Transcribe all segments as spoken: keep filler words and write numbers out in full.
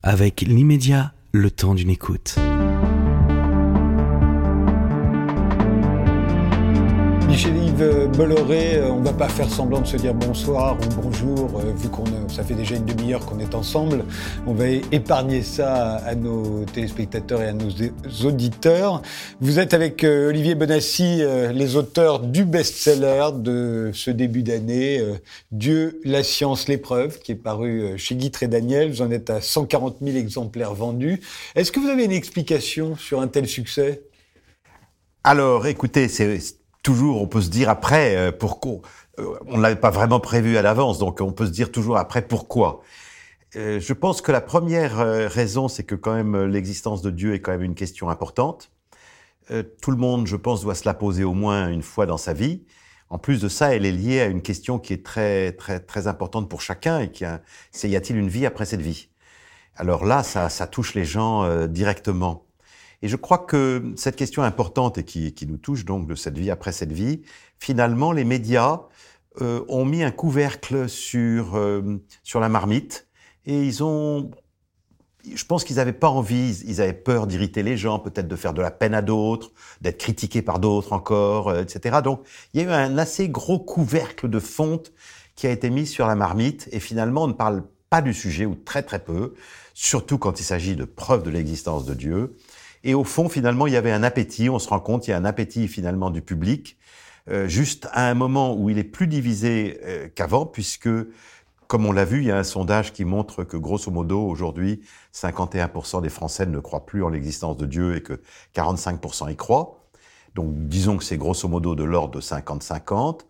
Avec l'immédiat, le temps d'une écoute. Michel-Yves Bolloré, on ne va pas faire semblant de se dire bonsoir ou bonjour, vu qu'on a, ça fait déjà une demi-heure qu'on est ensemble. On va épargner ça à nos téléspectateurs et à nos auditeurs. Vous êtes avec Olivier Bonnassy, les auteurs du best-seller de ce début d'année, Dieu, la science, l'épreuve, qui est paru chez Guîtres et Daniel. Vous en êtes à cent quarante mille exemplaires vendus. Est-ce que vous avez une explication sur un tel succès ? Alors, écoutez, c'est... Toujours, on peut se dire après, euh, pourquoi euh, on ne l'avait pas vraiment prévu à l'avance, donc on peut se dire toujours après pourquoi. Euh, je pense que la première euh, raison, c'est que quand même l'existence de Dieu est quand même une question importante. Euh, tout le monde, je pense, doit se la poser au moins une fois dans sa vie. En plus de ça, elle est liée à une question qui est très très très importante pour chacun, et qui a, c'est y a-t-il une vie après cette vie ? Alors là, ça ça touche les gens euh, directement. Et je crois que cette question importante et qui, qui nous touche donc de cette vie après cette vie, finalement, les médias euh, ont mis un couvercle sur euh, sur la marmite et ils ont, je pense qu'ils n'avaient pas envie, ils avaient peur d'irriter les gens, peut-être de faire de la peine à d'autres, d'être critiqués par d'autres encore, euh, et cetera. Donc, il y a eu un assez gros couvercle de fonte qui a été mis sur la marmite et finalement, on ne parle pas du sujet ou très très peu, surtout quand il s'agit de preuves de l'existence de Dieu. Et au fond, finalement, il y avait un appétit, on se rend compte, il y a un appétit finalement du public, euh, juste à un moment où il est plus divisé euh, qu'avant, puisque, comme on l'a vu, il y a un sondage qui montre que, grosso modo, aujourd'hui, cinquante et un pour cent des Français ne croient plus en l'existence de Dieu et que quarante-cinq pour cent y croient. Donc, disons que c'est grosso modo de l'ordre de cinquante cinquante.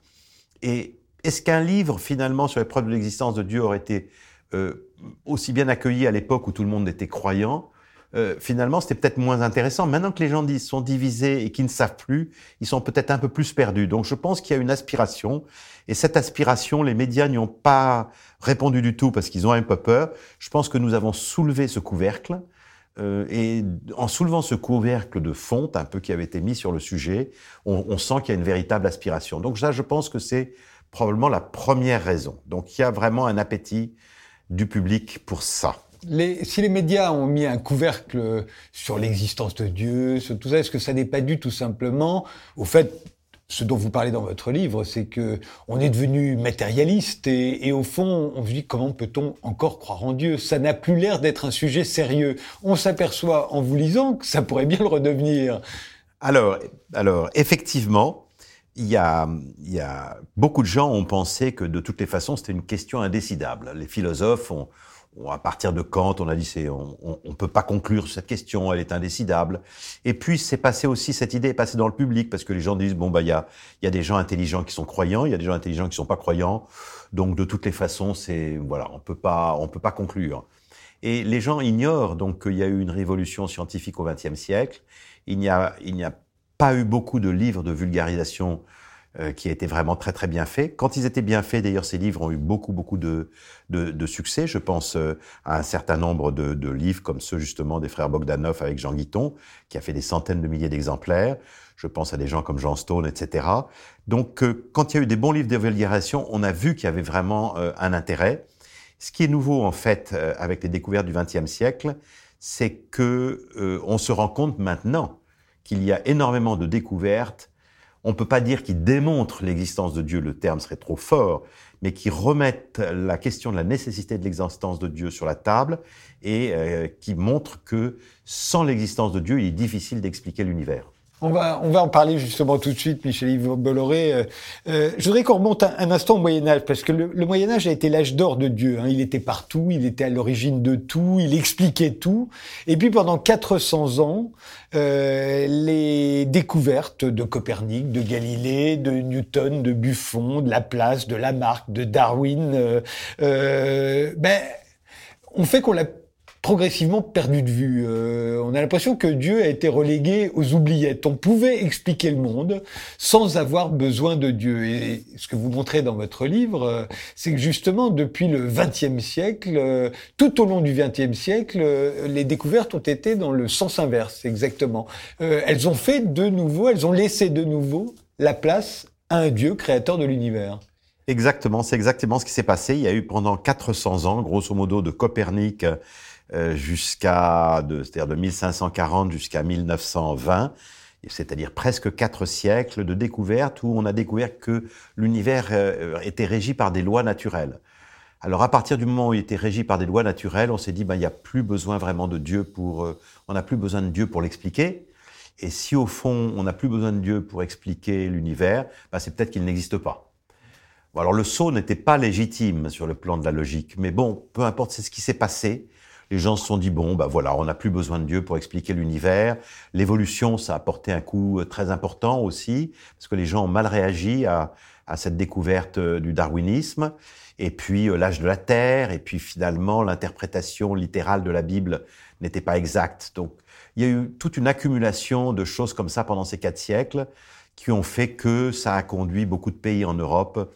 Et est-ce qu'un livre, finalement, sur les preuves de l'existence de Dieu aurait été euh, aussi bien accueilli à l'époque où tout le monde était croyant ? Euh, finalement, c'était peut-être moins intéressant. Maintenant que les gens disent, sont divisés et qu'ils ne savent plus, ils sont peut-être un peu plus perdus. Donc, je pense qu'il y a une aspiration. Et cette aspiration, les médias n'y ont pas répondu du tout parce qu'ils ont un peu peur. Je pense que nous avons soulevé ce couvercle. Euh, et en soulevant ce couvercle de fonte, un peu qui avait été mis sur le sujet, on, on sent qu'il y a une véritable aspiration. Donc, ça, je pense que c'est probablement la première raison. Donc, il y a vraiment un appétit du public pour ça. Les, si les médias ont mis un couvercle sur l'existence de Dieu, sur tout ça, est-ce que ça n'est pas dû tout simplement au fait, ce dont vous parlez dans votre livre, c'est que on est devenu matérialiste et, et au fond, on se dit comment peut-on encore croire en Dieu ? Ça n'a plus l'air d'être un sujet sérieux. On s'aperçoit en vous lisant que ça pourrait bien le redevenir. Alors, alors effectivement, il y a, il y a beaucoup de gens ont pensé que de toutes les façons, c'était une question indécidable. Les philosophes ont à partir de Kant, on a dit c'est on, on, on peut pas conclure cette question, elle est indécidable. Et puis c'est passé aussi, cette idée est passée dans le public parce que les gens disent bon bah il y a il y a des gens intelligents qui sont croyants, il y a des gens intelligents qui sont pas croyants. Donc de toutes les façons, c'est voilà, on peut pas on peut pas conclure. Et les gens ignorent donc qu'il y a eu une révolution scientifique au vingtième siècle. Il n'y a il n'y a pas eu beaucoup de livres de vulgarisation Euh, qui a été vraiment très très bien fait. Quand ils étaient bien faits, d'ailleurs, ces livres ont eu beaucoup beaucoup de de, de succès. Je pense euh, à un certain nombre de, de livres comme ceux justement des frères Bogdanov avec Jean Guiton, qui a fait des centaines de milliers d'exemplaires. Je pense à des gens comme Jean Stone, et cetera. Donc, euh, quand il y a eu des bons livres de vulgarisation, on a vu qu'il y avait vraiment euh, un intérêt. Ce qui est nouveau en fait euh, avec les découvertes du vingtième siècle, c'est que euh, on se rend compte maintenant qu'il y a énormément de découvertes. On ne peut pas dire qu'ils démontrent l'existence de Dieu, le terme serait trop fort, mais qui remettent la question de la nécessité de l'existence de Dieu sur la table et euh, qui montrent que sans l'existence de Dieu, il est difficile d'expliquer l'univers. On va, on va en parler justement tout de suite, Michel-Yves Bolloré. Euh, euh, je voudrais qu'on remonte un, un instant au Moyen-Âge, parce que le, le Moyen-Âge a été l'âge d'or de Dieu. Hein. Il était partout, il était à l'origine de tout, il expliquait tout. Et puis pendant quatre cents ans, euh, les découvertes de Copernic, de Galilée, de Newton, de Buffon, de Laplace, de Lamarck, de Darwin, euh, euh, ben, on fait qu'on l'a progressivement perdu de vue. Euh, on a l'impression que Dieu a été relégué aux oubliettes. On pouvait expliquer le monde sans avoir besoin de Dieu. Et ce que vous montrez dans votre livre, euh, c'est que justement, depuis le vingtième siècle, euh, tout au long du vingtième siècle, euh, les découvertes ont été dans le sens inverse, exactement. Euh, elles ont fait de nouveau, elles ont laissé de nouveau la place à un Dieu créateur de l'univers. Exactement, c'est exactement ce qui s'est passé. Il y a eu pendant quatre cents ans, grosso modo, de Copernic euh, jusqu'à, de, c'est-à-dire de mille cinq cent quarante jusqu'à mille neuf cent vingt, c'est-à-dire presque quatre siècles de découvertes où on a découvert que l'univers euh, était régi par des lois naturelles. Alors, à partir du moment où il était régi par des lois naturelles, on s'est dit, ben, il n'y a plus besoin vraiment de Dieu pour, euh, on n'a plus besoin de Dieu pour l'expliquer. Et si, au fond, on n'a plus besoin de Dieu pour expliquer l'univers, ben, c'est peut-être qu'il n'existe pas. Bon, alors, le saut n'était pas légitime sur le plan de la logique. Mais bon, peu importe, c'est ce qui s'est passé. Les gens se sont dit, bon, ben voilà, on n'a plus besoin de Dieu pour expliquer l'univers. L'évolution, ça a porté un coup très important aussi, parce que les gens ont mal réagi à, à cette découverte du darwinisme. Et puis euh, l'âge de la Terre, et puis finalement l'interprétation littérale de la Bible n'était pas exacte. Donc il y a eu toute une accumulation de choses comme ça pendant ces quatre siècles qui ont fait que ça a conduit beaucoup de pays en Europe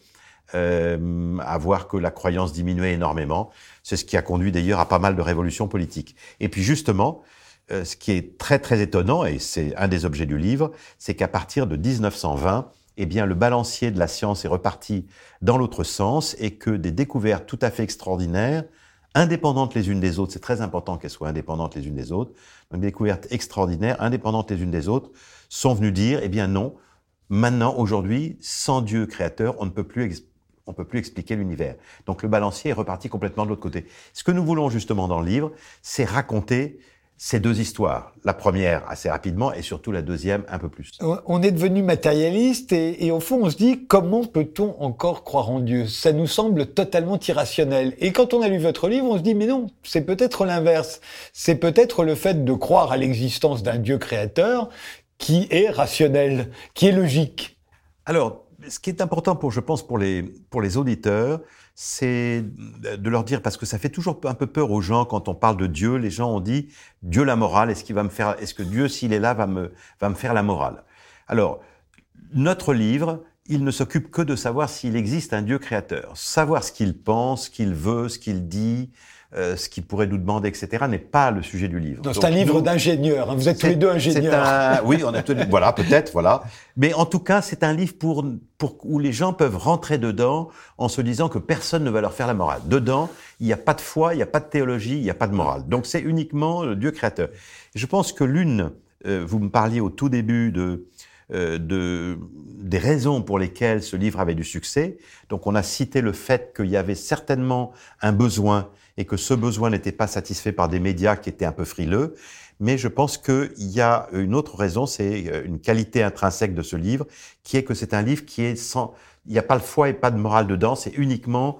euh, à voir que la croyance diminuait énormément. C'est ce qui a conduit d'ailleurs à pas mal de révolutions politiques. Et puis justement, euh, ce qui est très très étonnant, et c'est un des objets du livre, c'est qu'à partir de dix-neuf cent vingt, eh bien, le balancier de la science est reparti dans l'autre sens et que des découvertes tout à fait extraordinaires, indépendantes les unes des autres, c'est très important qu'elles soient indépendantes les unes des autres, donc des découvertes extraordinaires, indépendantes les unes des autres, sont venues dire, eh bien non, maintenant, aujourd'hui, sans Dieu créateur, on ne peut plus, ex- on peut plus expliquer l'univers. Donc le balancier est reparti complètement de l'autre côté. Ce que nous voulons justement dans le livre, c'est raconter ces deux histoires. La première assez rapidement et surtout la deuxième un peu plus. On est devenu matérialiste et, et au fond on se dit comment peut-on encore croire en Dieu ? Ça nous semble totalement irrationnel. Et quand on a lu votre livre, on se dit mais non, c'est peut-être l'inverse. C'est peut-être le fait de croire à l'existence d'un Dieu créateur qui est rationnel, qui est logique. Alors, ce qui est important pour, je pense, pour les, pour les auditeurs, c'est de leur dire, parce que ça fait toujours un peu peur aux gens quand on parle de Dieu, les gens ont dit, Dieu la morale, est-ce qu'il va me faire, est-ce que Dieu, s'il est là, va me, va me faire la morale? Alors, notre livre, il ne s'occupe que de savoir s'il existe un Dieu créateur. Savoir ce qu'il pense, ce qu'il veut, ce qu'il dit, euh, ce qu'il pourrait nous demander, et cetera, n'est pas le sujet du livre. Donc, c'est un livre nous, d'ingénieurs, hein. Vous êtes tous les deux ingénieurs. Un, oui, on a tous, voilà, peut-être, voilà. Mais en tout cas, c'est un livre pour, pour, où les gens peuvent rentrer dedans en se disant que personne ne va leur faire la morale. Dedans, il n'y a pas de foi, il n'y a pas de théologie, il n'y a pas de morale. Donc, c'est uniquement le Dieu créateur. Et je pense que l'une, euh, vous me parliez au tout début de, euh, de, des raisons pour lesquelles ce livre avait du succès. Donc, on a cité le fait qu'il y avait certainement un besoin et que ce besoin n'était pas satisfait par des médias qui étaient un peu frileux. Mais je pense qu'il y a une autre raison, c'est une qualité intrinsèque de ce livre, qui est que c'est un livre qui est sans... Il n'y a pas de foi et pas de morale dedans, c'est uniquement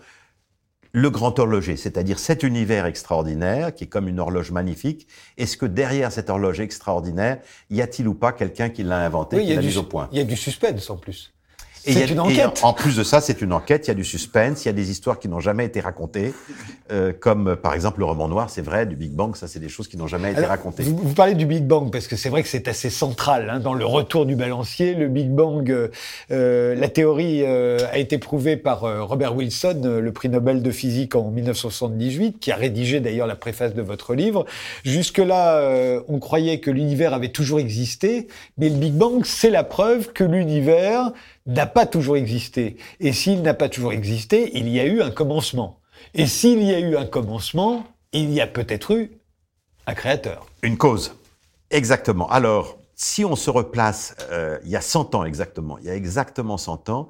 le grand horloger, c'est-à-dire cet univers extraordinaire, qui est comme une horloge magnifique. Est-ce que derrière cette horloge extraordinaire, y a-t-il ou pas quelqu'un qui l'a inventé, oui, qui l'a mis au point? Il y a du suspense en plus. Et c'est a, une enquête. En plus de ça, c'est une enquête, il y a du suspense, il y a des histoires qui n'ont jamais été racontées, euh, comme par exemple le roman noir, c'est vrai, du Big Bang, ça c'est des choses qui n'ont jamais été Alors, racontées. Vous, vous parlez du Big Bang, parce que c'est vrai que c'est assez central hein, dans le retour du balancier. Le Big Bang, euh, euh, la théorie euh, a été prouvée par euh, Robert Wilson, euh, le prix Nobel de physique en mille neuf cent soixante-dix-huit, qui a rédigé d'ailleurs la préface de votre livre. Jusque-là, euh, on croyait que l'univers avait toujours existé, mais le Big Bang, c'est la preuve que l'univers n'a pas toujours existé. Et s'il n'a pas toujours existé, il y a eu un commencement. Et s'il y a eu un commencement, il y a peut-être eu un créateur. Une cause. Exactement. Alors, si on se replace euh, il y a cent ans exactement, il y a exactement cent ans,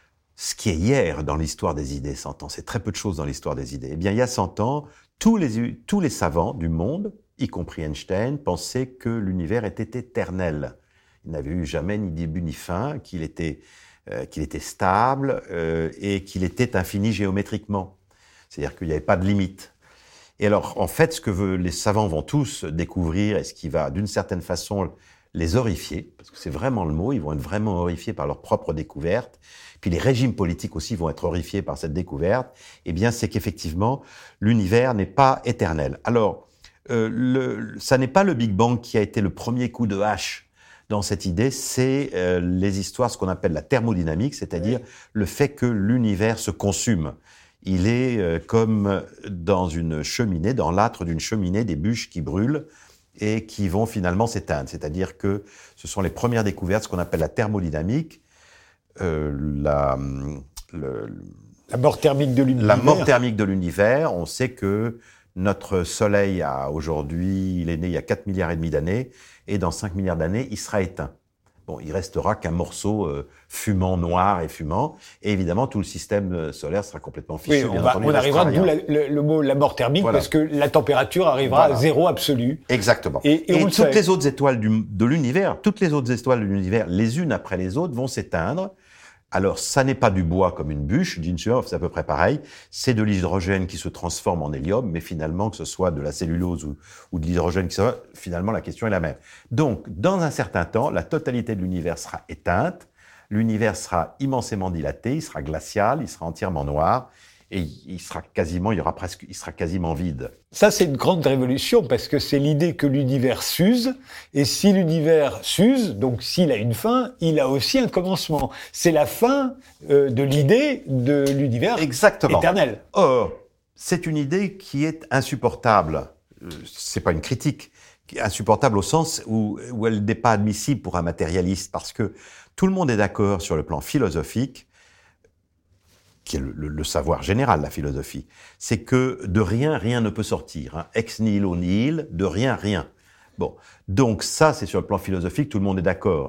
ce qui est hier dans l'histoire des idées, cent ans, c'est très peu de choses dans l'histoire des idées. Eh bien, il y a cent ans, tous les, tous les savants du monde, y compris Einstein, pensaient que l'univers était éternel. Il n'avait eu jamais ni début ni fin, qu'il était, euh, qu'il était stable euh, et qu'il était infini géométriquement. C'est-à-dire qu'il n'y avait pas de limite. Et alors, en fait, ce que veut, les savants vont tous découvrir et ce qui va, d'une certaine façon, les horrifier, parce que c'est vraiment le mot, ils vont être vraiment horrifiés par leur propre découverte, puis les régimes politiques aussi vont être horrifiés par cette découverte, eh bien, c'est qu'effectivement, l'univers n'est pas éternel. Alors, euh, le, ça n'est pas le Big Bang qui a été le premier coup de hache dans cette idée, c'est euh, les histoires, ce qu'on appelle la thermodynamique, c'est-à-dire oui. le fait que l'univers se consume. Il est euh, comme dans une cheminée, dans l'âtre d'une cheminée, des bûches qui brûlent et qui vont finalement s'éteindre. C'est-à-dire que ce sont les premières découvertes, ce qu'on appelle la thermodynamique, euh, la, le, la mort thermique de l'univers. La mort thermique de l'univers. On sait que Notre Soleil a aujourd'hui, il est né il y a quatre milliards et demi d'années, et dans cinq milliards d'années, il sera éteint. Bon, il restera qu'un morceau euh, fumant, noir et fumant, et évidemment, tout le système solaire sera complètement fichu. Oui, on, bien va, entendu, on arrivera, d'où rien. la- le, le mot la mort thermique, Voilà. parce que la température arrivera Voilà. à zéro absolu. Exactement. Et, et Et, on le toutes sait. les autres étoiles du, de l'univers, toutes les autres étoiles de l'univers, les unes après les autres, vont s'éteindre. Alors, ça n'est pas du bois comme une bûche, Dinshurf, c'est à peu près pareil. C'est de l'hydrogène qui se transforme en hélium, mais finalement, que ce soit de la cellulose ou, ou de l'hydrogène, qui soit, finalement, la question est la même. Donc, dans un certain temps, la totalité de l'univers sera éteinte, l'univers sera immensément dilaté, il sera glacial, il sera entièrement noir, et il sera quasiment, il y aura presque, il sera quasiment vide. Ça, c'est une grande révolution, parce que c'est l'idée que l'univers s'use, et si l'univers s'use, donc s'il a une fin, il a aussi un commencement. C'est la fin euh, de l'idée de l'univers Exactement. éternel. Or, c'est une idée qui est insupportable. Euh, C'est pas une critique, qui est insupportable au sens où, où elle n'est pas admissible pour un matérialiste, parce que tout le monde est d'accord sur le plan philosophique, qui est le, le, le savoir général, la philosophie, c'est que de rien, rien ne peut sortir. Hein. Ex nihilo nihil, de rien, rien. Bon, donc ça, c'est sur le plan philosophique, tout le monde est d'accord.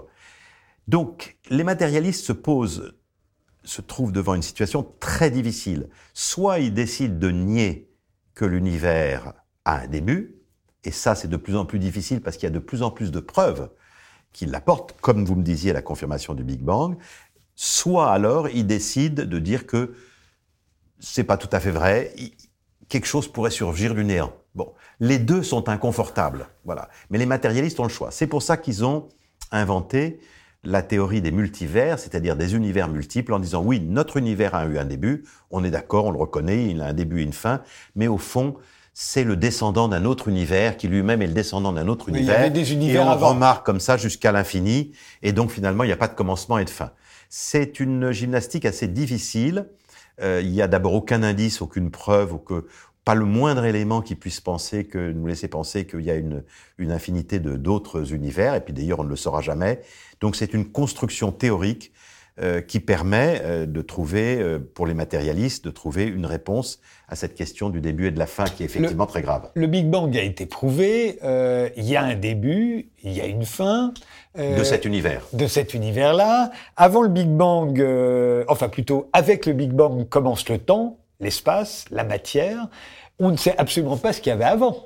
Donc, les matérialistes se posent, se trouvent devant une situation très difficile. Soit ils décident de nier que l'univers a un début, et ça, c'est de plus en plus difficile parce qu'il y a de plus en plus de preuves qui l'apportent, comme vous me disiez, la confirmation du Big Bang. Soit alors, ils décident de dire que c'est pas tout à fait vrai, quelque chose pourrait surgir du néant. Bon, les deux sont inconfortables, voilà. Mais les matérialistes ont le choix. C'est pour ça qu'ils ont inventé la théorie des multivers, c'est-à-dire des univers multiples, en disant oui, notre univers a eu un début, on est d'accord, on le reconnaît, il a un début et une fin, mais au fond, c'est le descendant d'un autre univers, qui lui-même est le descendant d'un autre Oui, univers. il y avait des univers et on avant. remarque comme ça jusqu'à l'infini, et donc finalement, il n'y a pas de commencement et de fin. C'est une gymnastique assez difficile. Euh, il n'y a d'abord aucun indice, aucune preuve, ou que pas le moindre élément qui puisse penser que nous laisser penser qu'il y a une, une infinité de d'autres univers. Et puis d'ailleurs, on ne le saura jamais. Donc c'est une construction théorique euh, qui permet euh, de trouver, euh, pour les matérialistes, de trouver une réponse à cette question du début et de la fin, qui est effectivement Le, très grave. Le Big Bang a été prouvé. Euh, il y a un début, il y a une fin. Euh, de cet univers. De cet univers-là. Avant le Big Bang, euh, enfin plutôt avec le Big Bang commence le temps, l'espace, la matière. On ne sait absolument pas ce qu'il y avait avant.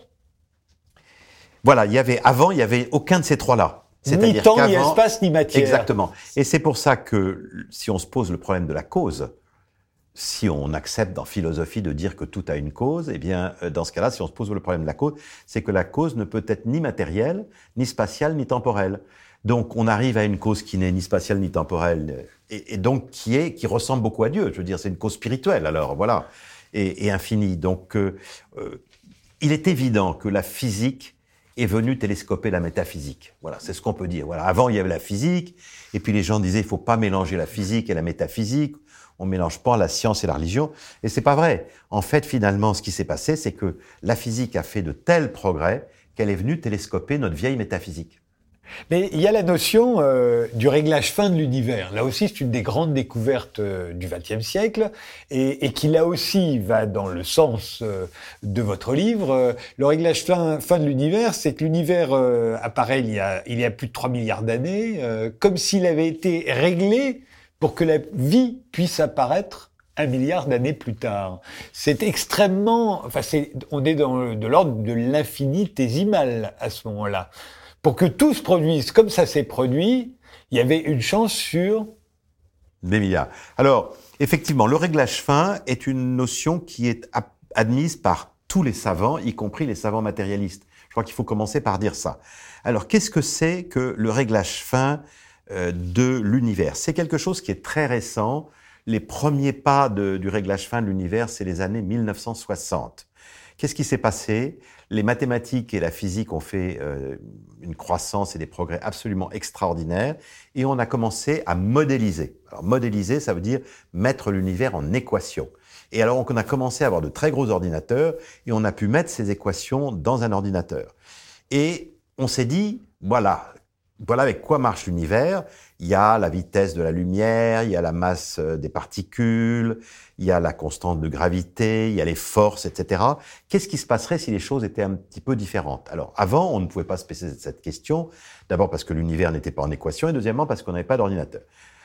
Voilà, il y avait avant, il y avait aucun de ces trois-là. Ni temps, ni espace, ni matière. Exactement. Et c'est pour ça que si on se pose le problème de la cause, si on accepte dans philosophie de dire que tout a une cause, eh bien, dans ce cas-là, si on se pose le problème de la cause, c'est que la cause ne peut être ni matérielle, ni spatiale, ni temporelle. Donc, on arrive à une cause qui n'est ni spatiale, ni temporelle, et, et donc qui est, qui ressemble beaucoup à Dieu. Je veux dire, c'est une cause spirituelle, alors, voilà, et, et infinie. Donc, euh, euh, il est évident que la physique est venue télescoper la métaphysique. Voilà, c'est ce qu'on peut dire. Voilà, avant, il y avait la physique, et puis les gens disaient, il faut pas mélanger la physique et la métaphysique. On mélange pas la science et la religion, et c'est pas vrai. En fait, finalement, ce qui s'est passé, c'est que la physique a fait de tels progrès qu'elle est venue télescoper notre vieille métaphysique. Mais il y a la notion euh, du réglage fin de l'univers. Là aussi, c'est une des grandes découvertes euh, du vingtième siècle, et, et qui là aussi va dans le sens euh, de votre livre. Euh, le réglage fin, fin de l'univers, c'est que l'univers euh, apparaît il y, a, il y a plus de trois milliards d'années, euh, comme s'il avait été réglé pour que la vie puisse apparaître un milliard d'années plus tard. C'est extrêmement... Enfin, c'est, on est dans de l'ordre de l'infinitésimal à ce moment-là. Pour que tout se produise comme ça s'est produit, il y avait une chance sur... Des milliards. Alors, effectivement, le réglage fin est une notion qui est admise par tous les savants, y compris les savants matérialistes. Je crois qu'il faut commencer par dire ça. Alors, qu'est-ce que c'est que le réglage fin euh, de l'univers? C'est quelque chose qui est très récent. Les premiers pas de, du réglage fin de l'univers, c'est les années mille neuf cent soixante. Qu'est-ce qui s'est passé? Les mathématiques et la physique ont fait euh, une croissance et des progrès absolument extraordinaires, et on a commencé à modéliser. Alors modéliser, ça veut dire mettre l'univers en équation. Et alors on a commencé à avoir de très gros ordinateurs, et on a pu mettre ces équations dans un ordinateur. Et on s'est dit, voilà, voilà avec quoi marche l'univers. Il y a la vitesse de la lumière, il y a la masse des particules, il y a la constante de gravité, il y a les forces, et cetera. Qu'est-ce qui se passerait si les choses étaient un petit peu différentes? Alors, avant, on ne pouvait pas se poser cette question. D'abord parce que l'univers n'était pas en équation, et deuxièmement parce qu'on n'avait pas d'ordinateur.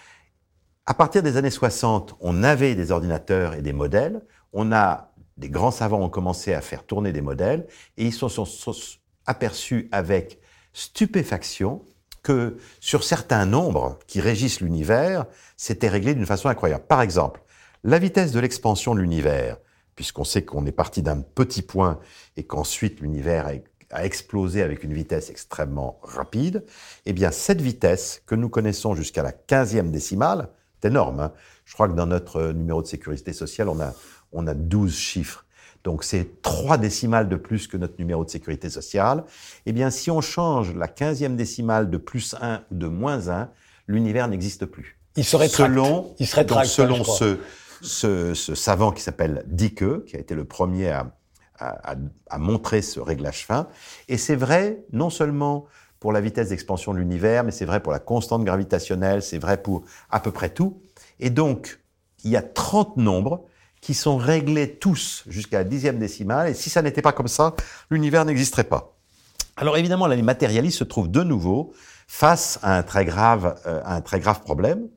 À partir des années soixante, on avait des ordinateurs et des modèles. On a, des grands savants ont commencé à faire tourner des modèles, et ils se sont, sont aperçus avec stupéfaction que sur certains nombres qui régissent l'univers, c'était réglé d'une façon incroyable. Par exemple, la vitesse de l'expansion de l'univers, puisqu'on sait qu'on est parti d'un petit point et qu'ensuite l'univers a explosé avec une vitesse extrêmement rapide, eh bien cette vitesse que nous connaissons jusqu'à la quinzième décimale, c'est énorme, hein. Je crois que dans notre numéro de sécurité sociale, on a, on a douze chiffres. Donc, c'est trois décimales de plus que notre numéro de sécurité sociale. Eh bien, si on change la quinzième décimale de plus un ou de moins un, l'univers n'existe plus. Il se rétracte. Selon, Il se rétracte, donc, selon je ce, ce, ce savant qui s'appelle Dicke, qui a été le premier à, à, à, à montrer ce réglage fin. Et c'est vrai, non seulement pour la vitesse d'expansion de l'univers, mais c'est vrai pour la constante gravitationnelle, c'est vrai pour à peu près tout. Et donc, il y a trente nombres qui sont réglés tous jusqu'à la dixième décimale, et si ça n'était pas comme ça, l'univers n'existerait pas. Alors évidemment, là, les matérialistes se trouvent de nouveau face à un très grave, euh, à un très grave problème,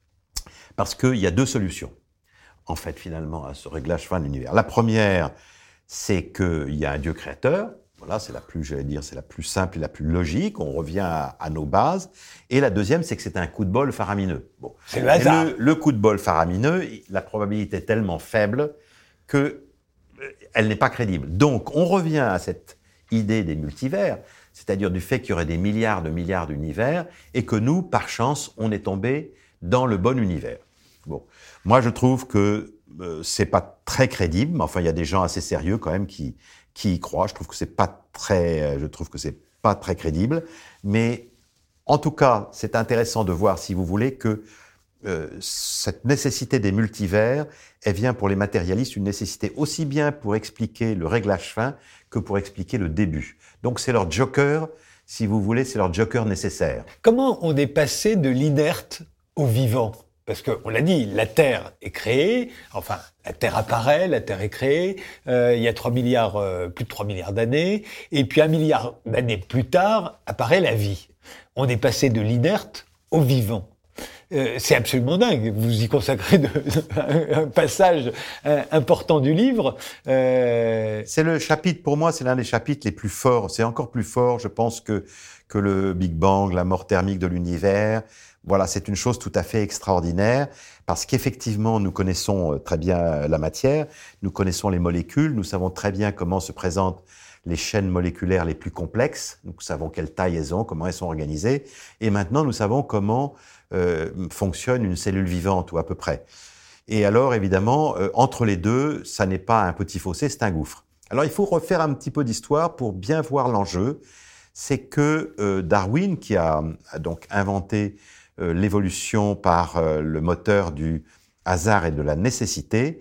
parce qu'il y a deux solutions, en fait, finalement, à ce réglage fin de l'univers. La première, c'est qu'il y a un Dieu créateur. Voilà, c'est la plus, j'allais dire, c'est la plus simple et la plus logique. On revient à, à nos bases. Et la deuxième, c'est que c'est un coup de bol faramineux. Bon, c'est le hasard. Le, le coup de bol faramineux, la probabilité est tellement faible que elle n'est pas crédible. Donc, on revient à cette idée des multivers, c'est-à-dire du fait qu'il y aurait des milliards de milliards d'univers et que nous, par chance, on est tombé dans le bon univers. Bon, moi, je trouve que euh, c'est pas très crédible, mais enfin, il y a des gens assez sérieux quand même qui qui y croient. Je trouve que c'est pas très, je trouve que c'est pas très crédible, mais en tout cas, c'est intéressant de voir, si vous voulez, que euh, cette nécessité des multivers, elle vient pour les matérialistes une nécessité aussi bien pour expliquer le réglage fin que pour expliquer le début. Donc c'est leur joker, si vous voulez, c'est leur joker nécessaire. Comment on est passé de l'inerte au vivant ? Parce qu'on l'a dit, la Terre est créée, enfin, la Terre apparaît, la Terre est créée, euh, il y a trois milliards, euh, plus de trois milliards d'années, et puis un milliard d'années plus tard, apparaît la vie. On est passé de l'inerte au vivant. Euh, c'est absolument dingue. Vous y consacrez de, un passage euh, important du livre. Euh... C'est le chapitre, pour moi, c'est l'un des chapitres les plus forts. C'est encore plus fort, je pense, que, que le Big Bang, la mort thermique de l'univers. Voilà, c'est une chose tout à fait extraordinaire parce qu'effectivement, nous connaissons très bien la matière, nous connaissons les molécules, nous savons très bien comment se présentent les chaînes moléculaires les plus complexes, nous savons quelle taille elles ont, comment elles sont organisées, et maintenant nous savons comment euh, fonctionne une cellule vivante, ou à peu près. Et alors, évidemment, euh, entre les deux, ça n'est pas un petit fossé, c'est un gouffre. Alors, il faut refaire un petit peu d'histoire pour bien voir l'enjeu. C'est que euh, Darwin, qui a, a donc inventé Euh, l'évolution par euh, le moteur du hasard et de la nécessité,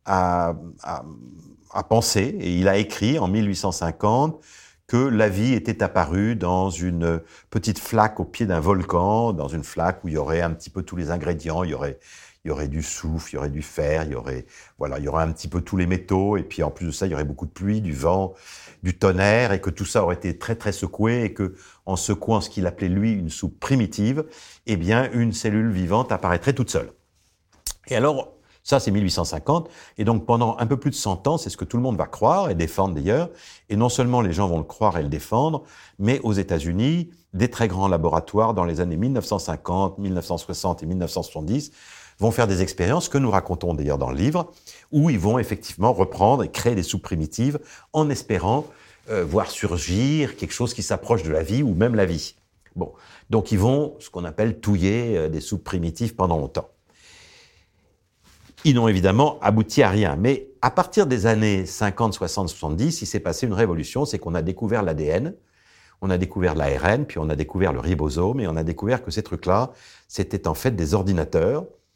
a, a, a pensé, et il a écrit en mille huit cent cinquante, que la vie était apparue dans une petite flaque au pied d'un volcan, dans une flaque où il y aurait un petit peu tous les ingrédients, il y aurait, il y aurait du soufre, il y aurait du fer, il y aurait, voilà, il y aurait un petit peu tous les métaux, et puis en plus de ça, il y aurait beaucoup de pluie, du vent, du tonnerre, et que tout ça aurait été très très secoué, et que en secouant ce qu'il appelait lui une soupe primitive, eh bien une cellule vivante apparaîtrait toute seule. Et alors, ça c'est mille huit cent cinquante, et donc pendant un peu plus de cent ans, c'est ce que tout le monde va croire et défendre d'ailleurs, et non seulement les gens vont le croire et le défendre, mais aux États-Unis, des très grands laboratoires dans les années mille neuf cent cinquante, mille neuf cent soixante et mille neuf cent soixante-dix vont faire des expériences que nous racontons d'ailleurs dans le livre, où ils vont effectivement reprendre et créer des soupes primitives en espérant euh, voir surgir quelque chose qui s'approche de la vie ou même la vie. Bon, donc ils vont, ce qu'on appelle, touiller euh, des soupes primitives pendant longtemps. Ils n'ont évidemment abouti à rien, mais à partir des années cinquante, soixante, soixante-dix, il s'est passé une révolution, c'est qu'on a découvert l'A D N, on a découvert l'A R N, puis on a découvert le ribosome, et on a découvert que ces trucs-là, c'était en fait des ordinateurs,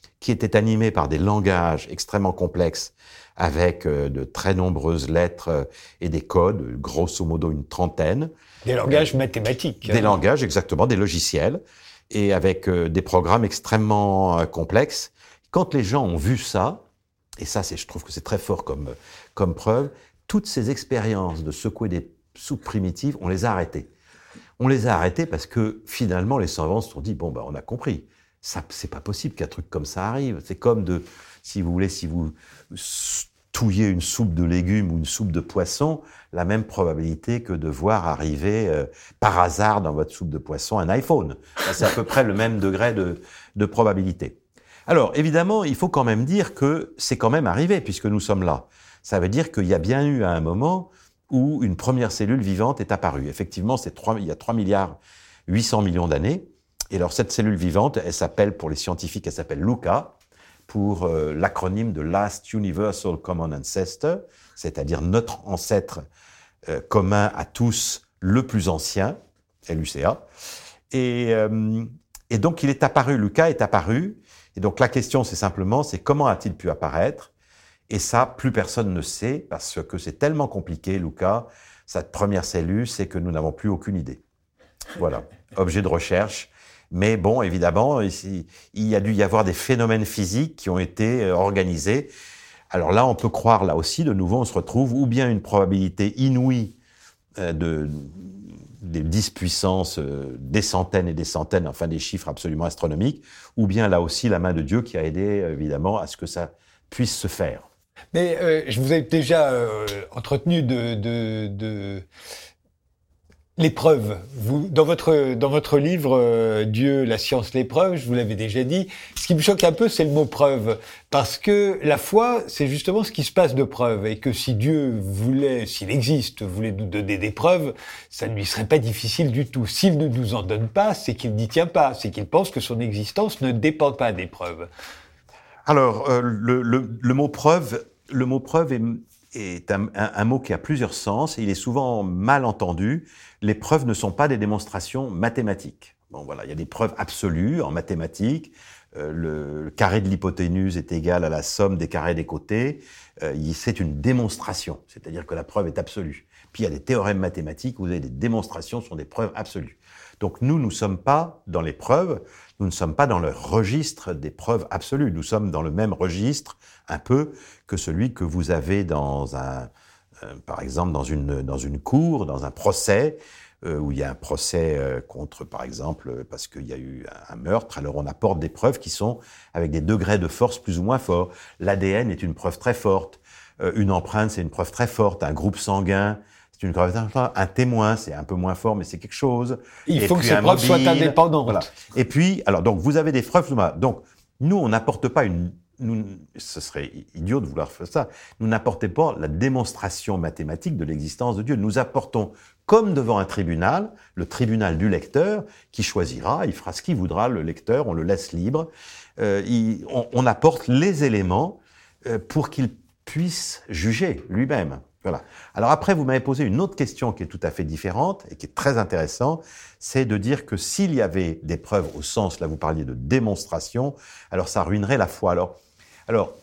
qui était animé par des langages extrêmement complexes, avec euh, de très nombreuses lettres euh, et des codes, grosso modo une trentaine. Des langages euh, mathématiques. Des hein. langages, exactement, des logiciels, et avec euh, des programmes extrêmement euh, complexes. Quand les gens ont vu ça, et ça, c'est, je trouve que c'est très fort comme, comme preuve, toutes ces expériences de secouer des soupes primitives, on les a arrêtées. On les a arrêtées parce que finalement, les savants se sont dit, bon, ben, on a compris. Ça, c'est pas possible qu'un truc comme ça arrive. C'est comme de, si vous voulez, si vous touillez une soupe de légumes ou une soupe de poisson, la même probabilité que de voir arriver euh, par hasard dans votre soupe de poisson un iPhone. Ça, c'est à peu près le même degré de, de probabilité. Alors, évidemment, il faut quand même dire que c'est quand même arrivé, puisque nous sommes là. Ça veut dire qu'il y a bien eu un moment où une première cellule vivante est apparue. Effectivement, c'est trois, il y a trois milliards huit cents millions d'années. Et alors, cette cellule vivante, elle s'appelle, pour les scientifiques, elle s'appelle LUCA, pour euh, l'acronyme de Last Universal Common Ancestor, c'est-à-dire notre ancêtre euh, commun à tous, le plus ancien, L U C A. Et, euh, et donc, il est apparu, LUCA est apparu. Et donc, la question, c'est simplement, c'est comment a-t-il pu apparaître? Et ça, plus personne ne sait, parce que c'est tellement compliqué, LUCA. Cette première cellule, c'est que nous n'avons plus aucune idée. Voilà, objet de recherche. Mais bon, évidemment, il y a dû y avoir des phénomènes physiques qui ont été organisés. Alors là, on peut croire, là aussi, de nouveau, on se retrouve ou bien une probabilité inouïe de, des dix puissances, des centaines et des centaines, enfin des chiffres absolument astronomiques, ou bien là aussi la main de Dieu qui a aidé, évidemment, à ce que ça puisse se faire. Mais euh, je vous ai déjà euh, entretenu de... de, de... L'épreuve. Vous, dans votre dans votre livre euh, Dieu, la science, l'épreuve, je vous l'avais déjà dit. Ce qui me choque un peu, c'est le mot preuve, parce que la foi, c'est justement ce qui se passe de preuve, et que si Dieu voulait, s'il existe, voulait nous donner des preuves, ça ne lui serait pas difficile du tout. S'il ne nous en donne pas, c'est qu'il n'y tient pas, c'est qu'il pense que son existence ne dépend pas des preuves. Alors euh, le, le le mot preuve, le mot preuve est est un, un, un mot qui a plusieurs sens et il est souvent mal entendu. Les preuves ne sont pas des démonstrations mathématiques. Bon, voilà, il y a des preuves absolues en mathématiques. Euh, le, le carré de l'hypoténuse est égal à la somme des carrés des côtés. Euh, c'est une démonstration, c'est-à-dire que la preuve est absolue. Puis il y a des théorèmes mathématiques où vous avez des démonstrations sont des preuves absolues. Donc nous, nous ne sommes pas dans les preuves, nous ne sommes pas dans le registre des preuves absolues. Nous sommes dans le même registre un peu que celui que vous avez dans un, euh, par exemple, dans une, dans une cour, dans un procès, euh, où il y a un procès euh, contre, par exemple, parce qu'il y a eu un, un meurtre. Alors on apporte des preuves qui sont avec des degrés de force plus ou moins forts. L'A D N est une preuve très forte. Euh, une empreinte, c'est une preuve très forte. Un groupe sanguin, c'est une preuve très forte. Un témoin, c'est un peu moins fort, mais c'est quelque chose. Il Et faut que ces preuves soient indépendantes. Voilà. Et puis, alors donc vous avez des preuves. Donc nous, on n'apporte pas une Nous, ce serait idiot de vouloir faire ça. Nous n'apportons pas la démonstration mathématique de l'existence de Dieu. Nous apportons, comme devant un tribunal, le tribunal du lecteur, qui choisira, il fera ce qu'il voudra, le lecteur, on le laisse libre. Euh, il, on, on apporte les éléments euh, pour qu'il puisse juger lui-même. Voilà. Alors après, vous m'avez posé une autre question qui est tout à fait différente et qui est très intéressante, c'est de dire que s'il y avait des preuves au sens, là vous parliez de démonstration, alors ça ruinerait la foi. Alors, alors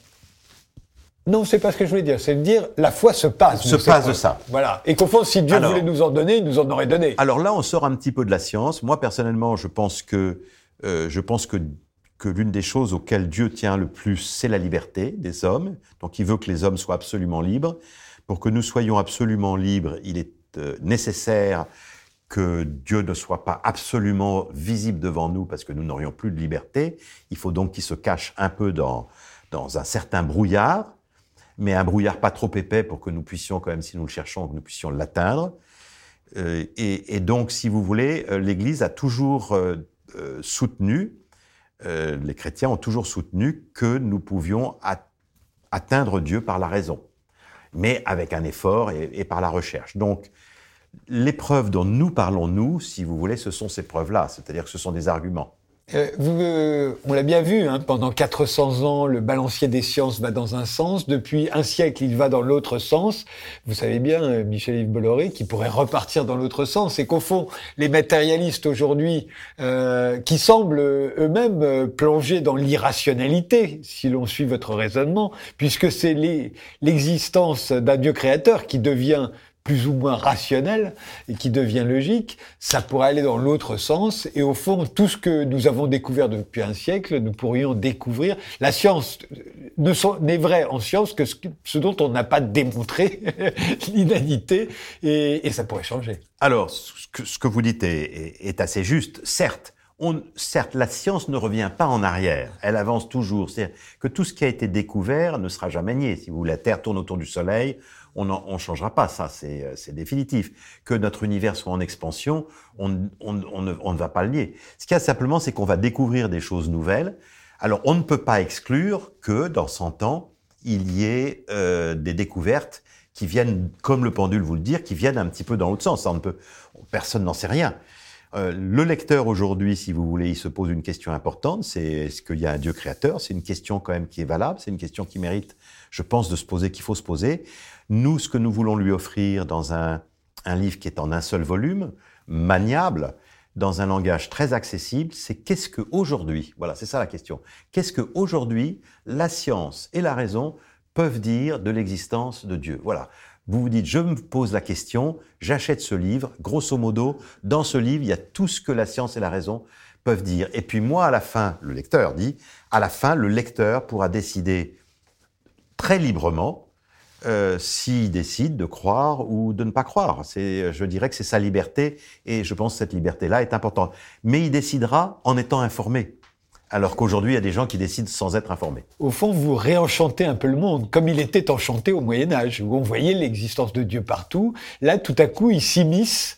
non, c'est pas ce que je voulais dire. C'est de dire la foi se passe. Se passe de ça. Voilà. Et qu'au fond, si Dieu alors, voulait nous en donner, il nous en aurait donné. Alors là, on sort un petit peu de la science. Moi, personnellement, je pense que euh, je pense que que l'une des choses auxquelles Dieu tient le plus, c'est la liberté des hommes. Donc, il veut que les hommes soient absolument libres. Pour que nous soyons absolument libres, il est euh, nécessaire que Dieu ne soit pas absolument visible devant nous parce que nous n'aurions plus de liberté. Il faut donc qu'il se cache un peu dans, dans un certain brouillard, mais un brouillard pas trop épais pour que nous puissions, quand même, si nous le cherchons, que nous puissions l'atteindre. Euh, et, et donc, si vous voulez, euh, l'Église a toujours euh, euh, soutenu, euh, les chrétiens ont toujours soutenu que nous pouvions at- atteindre Dieu par la raison, mais avec un effort et, et par la recherche. Donc, les preuves dont nous parlons, nous, si vous voulez, ce sont ces preuves-là, c'est-à-dire que ce sont des arguments. Euh, vous, euh, on l'a bien vu, hein, pendant quatre cents ans, le balancier des sciences va dans un sens. Depuis un siècle, il va dans l'autre sens. Vous savez bien, euh, Michel-Yves Bolloré, qu'il pourrait repartir dans l'autre sens. Et qu'au fond, les matérialistes aujourd'hui, euh, qui semblent eux-mêmes euh, plongés dans l'irrationalité, si l'on suit votre raisonnement, puisque c'est les, l'existence d'un Dieu créateur qui devient plus ou moins rationnel et qui devient logique, ça pourrait aller dans l'autre sens. Et au fond, tout ce que nous avons découvert depuis un siècle, nous pourrions découvrir. La science ne sont, n'est vraie en science que ce, ce dont on n'a pas démontré l'inanité, et, et ça pourrait changer. Alors, ce que, ce que vous dites est, est, est assez juste, certes. On, certes, la science ne revient pas en arrière, elle avance toujours. C'est-à-dire que tout ce qui a été découvert ne sera jamais nié. Si vous voulez, la Terre tourne autour du Soleil, on ne changera pas, ça c'est, c'est définitif. Que notre univers soit en expansion, on, on, on, ne, on ne va pas le nier. Ce qu'il y a simplement, c'est qu'on va découvrir des choses nouvelles. Alors, on ne peut pas exclure que, dans cent ans, il y ait euh, des découvertes qui viennent, comme le pendule vous le dit, qui viennent un petit peu dans l'autre sens. Ça, on ne peut, personne n'en sait rien. Euh, le lecteur aujourd'hui, si vous voulez, il se pose une question importante, c'est est-ce qu'il y a un Dieu créateur? C'est une question quand même qui est valable, c'est une question qui mérite, je pense, de se poser, qu'il faut se poser. Nous, ce que nous voulons lui offrir dans un, un livre qui est en un seul volume, maniable, dans un langage très accessible, c'est qu'est-ce que aujourd'hui, voilà, c'est ça la question, qu'est-ce que aujourd'hui la science et la raison peuvent dire de l'existence de Dieu? Voilà. Vous vous dites, je me pose la question, j'achète ce livre, grosso modo, dans ce livre, il y a tout ce que la science et la raison peuvent dire. Et puis moi, à la fin, le lecteur dit, à la fin, le lecteur pourra décider très librement euh, s'il décide de croire ou de ne pas croire. C'est, je dirais que c'est sa liberté, et je pense que cette liberté-là est importante. Mais il décidera en étant informé. Alors qu'aujourd'hui, il y a des gens qui décident sans être informés. Au fond, vous réenchantez un peu le monde, comme il était enchanté au Moyen-Âge, où on voyait l'existence de Dieu partout. Là, tout à coup, il s'immisce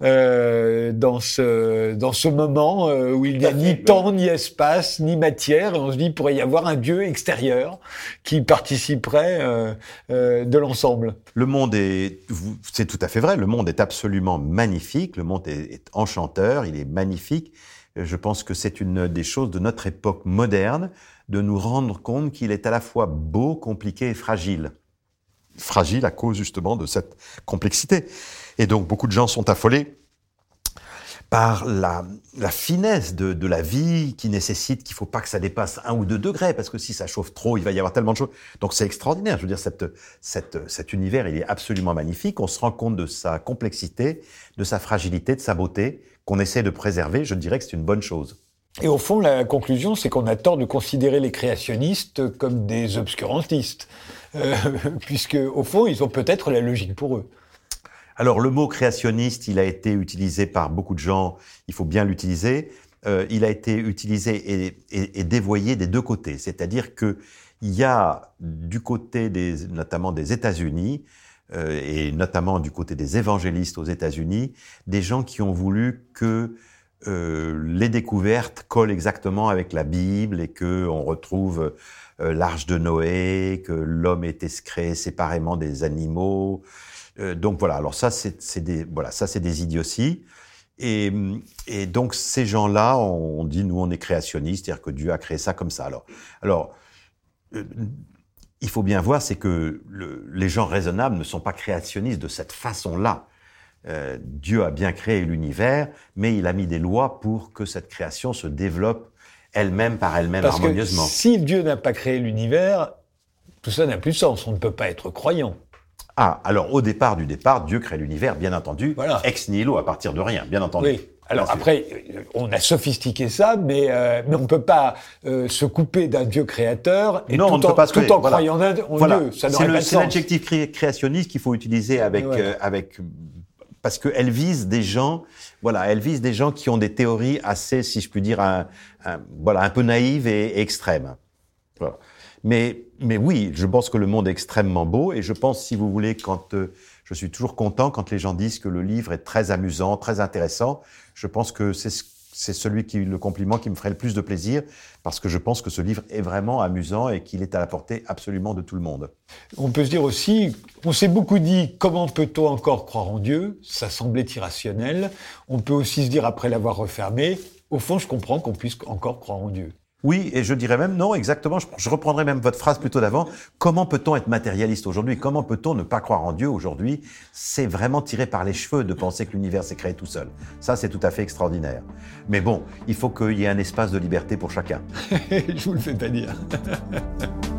euh, dans ce dans ce moment euh, où il n'y a ni temps, ni espace, ni matière, et on se dit, il pourrait y avoir un Dieu extérieur qui participerait euh, euh, de l'ensemble. Le monde est, c'est tout à fait vrai, le monde est absolument magnifique, le monde est, est enchanteur, il est magnifique. Je pense que c'est une des choses de notre époque moderne, de nous rendre compte qu'il est à la fois beau, compliqué et fragile. Fragile à cause justement de cette complexité. Et donc beaucoup de gens sont affolés par la, la finesse de, de la vie qui nécessite qu'il ne faut pas que ça dépasse un ou deux degrés, parce que si ça chauffe trop, il va y avoir tellement de choses. Donc c'est extraordinaire. Je veux dire, cette, cette, cet univers, il est absolument magnifique. On se rend compte de sa complexité, de sa fragilité, de sa beauté, qu'on essaie de préserver. Je dirais que c'est une bonne chose. Et au fond, la conclusion, c'est qu'on a tort de considérer les créationnistes comme des obscurantistes, euh, puisque au fond, ils ont peut-être la logique pour eux. Alors, le mot créationniste, il a été utilisé par beaucoup de gens, il faut bien l'utiliser. Euh, il a été utilisé et, et, et dévoyé des deux côtés. C'est-à-dire qu'il y a du côté des, notamment des États-Unis, euh, et notamment du côté des évangélistes aux États-Unis, des gens qui ont voulu que euh, les découvertes collent exactement avec la Bible et qu'on retrouve euh, l'arche de Noé, que l'homme était créé séparément des animaux. Euh, donc voilà, alors ça c'est, c'est des voilà, ça c'est des idioties. Et, et donc ces gens-là, on, on dit nous on est créationnistes, c'est-à-dire que Dieu a créé ça comme ça. Alors, alors euh, il faut bien voir, c'est que le, les gens raisonnables ne sont pas créationnistes de cette façon-là. Euh, Dieu a bien créé l'univers, mais il a mis des lois pour que cette création se développe elle-même par elle-même Parce harmonieusement. Que si Dieu n'a pas créé l'univers, tout ça n'a plus de sens. On ne peut pas être croyant. Ah, alors au départ du départ, Dieu crée l'univers, bien entendu, voilà. Ex nihilo, à partir de rien, bien entendu. Oui. Alors après, on a sophistiqué ça, mais euh, mais on ne peut pas euh, se couper d'un Dieu créateur et non, tout, on ne en, peut pas se tout en voilà. croyant en voilà. Dieu. Ça c'est, n'aurait le, pas de c'est sens. l'adjectif cré- créationniste qu'il faut utiliser avec ouais. euh, avec parce que elle vise des gens, voilà, elle vise des gens qui ont des théories assez, si je puis dire, un, un, voilà, un peu naïves et, et extrêmes. Voilà. Mais mais oui, je pense que le monde est extrêmement beau et je pense, si vous voulez, quand euh, je suis toujours content quand les gens disent que le livre est très amusant, très intéressant. Je pense que c'est, c'est celui qui, le compliment qui me ferait le plus de plaisir parce que je pense que ce livre est vraiment amusant et qu'il est à la portée absolument de tout le monde. On peut se dire aussi, on s'est beaucoup dit, comment peut-on encore croire en Dieu? Ça semblait irrationnel. On peut aussi se dire, après l'avoir refermé, au fond, je comprends qu'on puisse encore croire en Dieu. Oui, et je dirais même non, exactement, je, je reprendrai même votre phrase plutôt d'avant. Comment peut-on être matérialiste aujourd'hui? Comment peut-on ne pas croire en Dieu aujourd'hui? C'est vraiment tiré par les cheveux de penser que l'univers s'est créé tout seul. Ça, c'est tout à fait extraordinaire. Mais bon, il faut qu'il y ait un espace de liberté pour chacun. Je vous le fais pas dire.